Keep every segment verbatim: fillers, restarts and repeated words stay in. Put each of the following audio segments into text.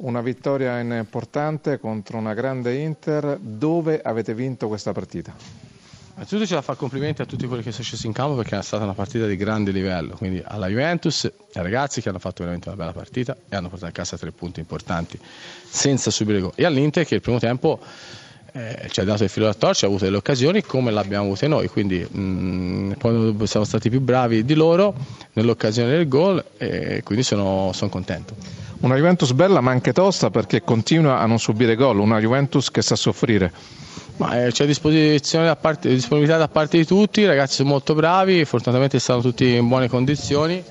Una vittoria importante contro una grande Inter. Dove avete vinto questa partita? Innanzitutto c'è da fare complimenti a tutti quelli che sono scesi in campo, perché è stata una partita di grande livello, quindi alla Juventus, ai ragazzi che hanno fatto veramente una bella partita e hanno portato a casa tre punti importanti senza subire gol, e all'Inter che il primo tempo eh, ci ha dato il filo da torcere, ha avuto delle occasioni come l'abbiamo avute noi, quindi mh, poi siamo stati più bravi di loro nell'occasione del gol e quindi sono, sono contento. Una Juventus bella ma anche tosta, perché continua a non subire gol, una Juventus che sa soffrire. Ma eh, c'è disposizione da parte, disponibilità da parte di tutti, i ragazzi sono molto bravi, fortunatamente stanno tutti in buone condizioni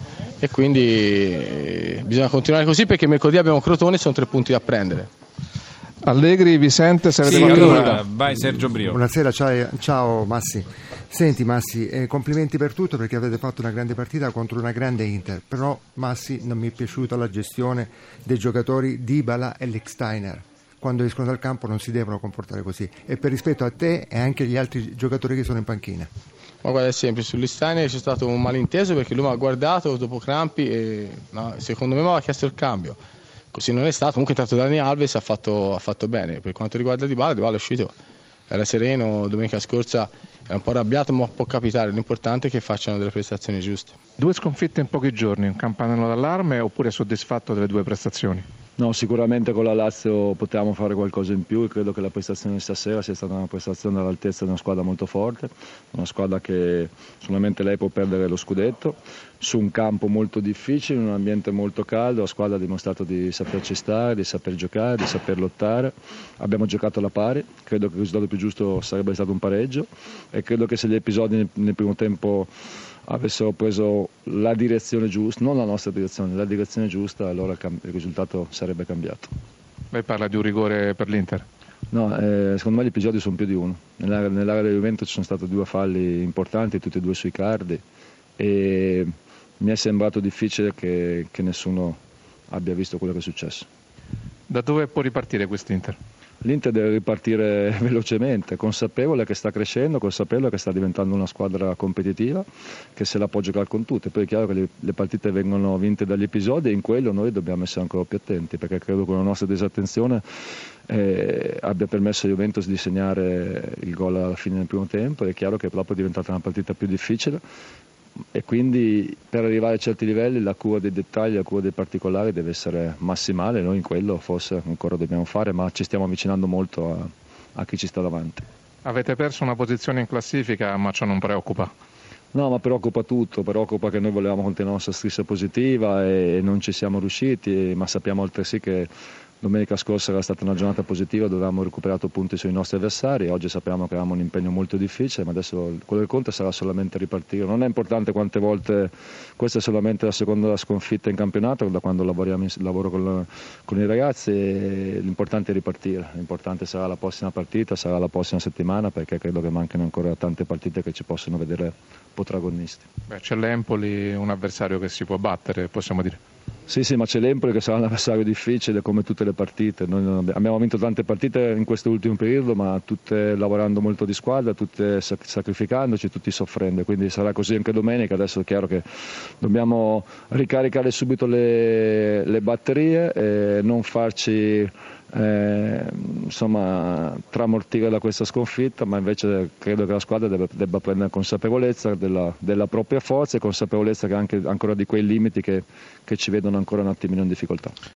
e quindi eh, bisogna continuare così, perché mercoledì abbiamo Crotone e sono tre punti da prendere. Allegri, Vicente, se avete sì, qualche allora, domanda. vai Sergio Brio. Buonasera, ciao, ciao Massi. Senti Massi, eh, complimenti per tutto, perché avete fatto una grande partita contro una grande Inter, però Massi non mi è piaciuta la gestione dei giocatori Dybala e Lichtsteiner. Quando escono dal campo non si devono comportare così, e per rispetto a te e anche agli altri giocatori che sono in panchina. Ma guarda, è semplice, su Lichtsteiner c'è stato un malinteso, perché lui mi ha guardato dopo crampi e no, secondo me mi aveva chiesto il cambio. Così non è stato. Comunque intanto Dani Alves ha fatto, ha fatto bene. Per quanto riguarda Dybala, Dybala è uscito, era sereno, domenica scorsa era un po' arrabbiato, ma può capitare, l'importante è che facciano delle prestazioni giuste. Due sconfitte in pochi giorni, un campanello d'allarme oppure soddisfatto delle due prestazioni? No, sicuramente con la Lazio potevamo fare qualcosa in più, e credo che la prestazione di stasera sia stata una prestazione all'altezza di una squadra molto forte, una squadra che solamente lei può perdere lo scudetto, su un campo molto difficile, in un ambiente molto caldo. La squadra ha dimostrato di saperci stare, di saper giocare, di saper lottare. Abbiamo giocato alla pari, credo che il risultato più giusto sarebbe stato un pareggio, e credo che se gli episodi nel, nel primo tempo avessero preso la direzione giusta, non la nostra direzione, la direzione giusta, allora il risultato sarebbe cambiato. Lei parla di un rigore per l'Inter? No, eh, secondo me gli episodi sono più di uno. Nell'area, nell'area del Juventus ci sono stati due falli importanti, tutti e due sui Icardi, e mi è sembrato difficile che, che nessuno abbia visto quello che è successo. Da dove può ripartire quest'Inter? L'Inter deve ripartire velocemente, consapevole che sta crescendo, consapevole che sta diventando una squadra competitiva, che se la può giocare con tutte. Poi è chiaro che le, le partite vengono vinte dagli episodi, e in quello noi dobbiamo essere ancora più attenti, perché credo che la nostra disattenzione eh, abbia permesso a Juventus di segnare il gol alla fine del primo tempo. È chiaro che proprio è diventata una partita più difficile, e quindi per arrivare a certi livelli la cura dei dettagli, la cura dei particolari deve essere massimale. Noi in quello forse ancora dobbiamo fare, ma ci stiamo avvicinando molto a, a chi ci sta davanti. Avete perso una posizione in classifica, ma ciò non preoccupa? No, ma preoccupa tutto, preoccupa che noi volevamo continuare la nostra striscia positiva e non ci siamo riusciti, ma sappiamo altresì che domenica scorsa era stata una giornata positiva dove avevamo recuperato punti sui nostri avversari. Oggi sappiamo che avevamo un impegno molto difficile, ma adesso quello che conta sarà solamente ripartire. Non è importante quante volte, questa è solamente la seconda sconfitta in campionato da quando lavoriamo in, lavoro con, con i ragazzi, e l'importante è ripartire. L'importante sarà la prossima partita, sarà la prossima settimana, perché credo che mancano ancora tante partite che ci possono vedere protagonisti. Beh, c'è l'Empoli, un avversario che si può battere, possiamo dire. Sì, sì, ma c'è l'Empoli che sarà un avversario difficile come tutte le partite. Noi abbiamo vinto tante partite in questo ultimo periodo, ma tutte lavorando molto di squadra, tutte sacrificandoci, tutti soffrendo. Quindi sarà così anche domenica. Adesso è chiaro che dobbiamo ricaricare subito le, le batterie e non farci eh, insomma, tramortire da questa sconfitta, ma invece credo che la squadra debba, debba prendere consapevolezza della, della propria forza, e consapevolezza che anche ancora di quei limiti che, che ci vedono ancora un attimino in difficoltà.